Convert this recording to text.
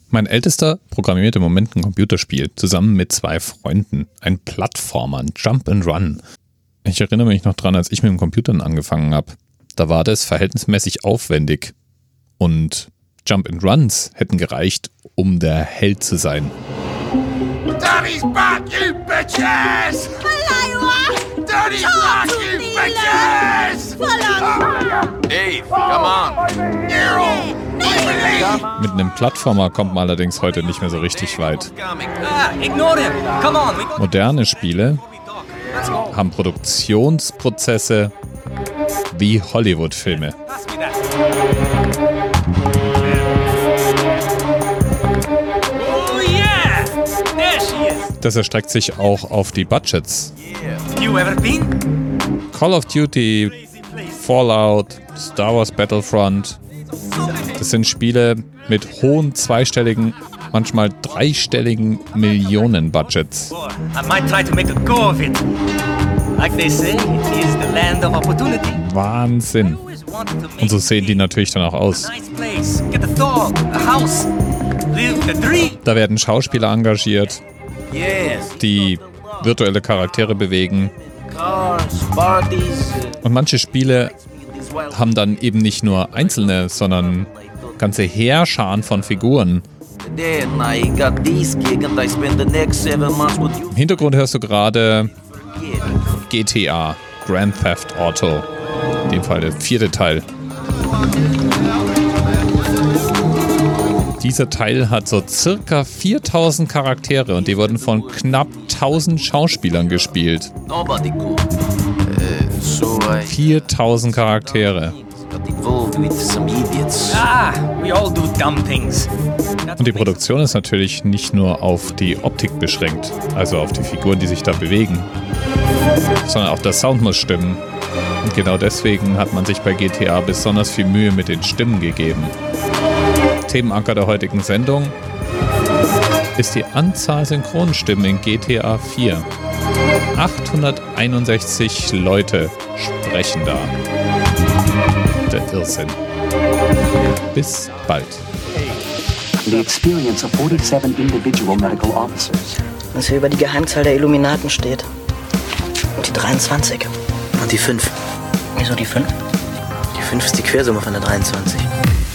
Mein Ältester programmiert im Moment ein Computerspiel, zusammen mit 2 Freunden. Ein Plattformer, ein Jump and Run. Ich erinnere mich noch dran, als ich mit dem Computern angefangen habe. Da war das verhältnismäßig aufwendig. Und Jump and Runs hätten gereicht, um der Held zu sein. Daddy's back, you bitches! Daddy's back, you bitches! Dave, come on! Mit einem Plattformer kommt man allerdings heute nicht mehr so richtig weit. Moderne Spiele haben Produktionsprozesse wie Hollywood-Filme. Das erstreckt sich auch auf die Budgets. Call of Duty, Fallout, Star Wars Battlefront. Das sind Spiele mit hohen zweistelligen, manchmal dreistelligen Millionen-Budgets. Wahnsinn. Und so sehen die natürlich dann auch aus. Da werden Schauspieler engagiert, die virtuelle Charaktere bewegen. Und manche Spiele haben dann eben nicht nur einzelne, sondern ganze Heerscharen von Figuren. Im Hintergrund hörst du gerade GTA, Grand Theft Auto. In dem Fall der 4. Teil. Dieser Teil hat so circa 4000 Charaktere und die wurden von knapp 1000 Schauspielern gespielt. 4000 Charaktere. Und die Produktion ist natürlich nicht nur auf die Optik beschränkt, also auf die Figuren, die sich da bewegen, sondern auch der Sound muss stimmen. Und genau deswegen hat man sich bei GTA besonders viel Mühe mit den Stimmen gegeben. Themenanker der heutigen Sendung ist die Anzahl Synchronstimmen in GTA 4. 861 Leute sprechen da. Der Irrsinn. Bis bald. The experience of 47 individual medical officers. Was hier über die Geheimzahl der Illuminaten steht. Und die 23. Und die 5. Wieso die 5? Die 5 ist die Quersumme von der 23.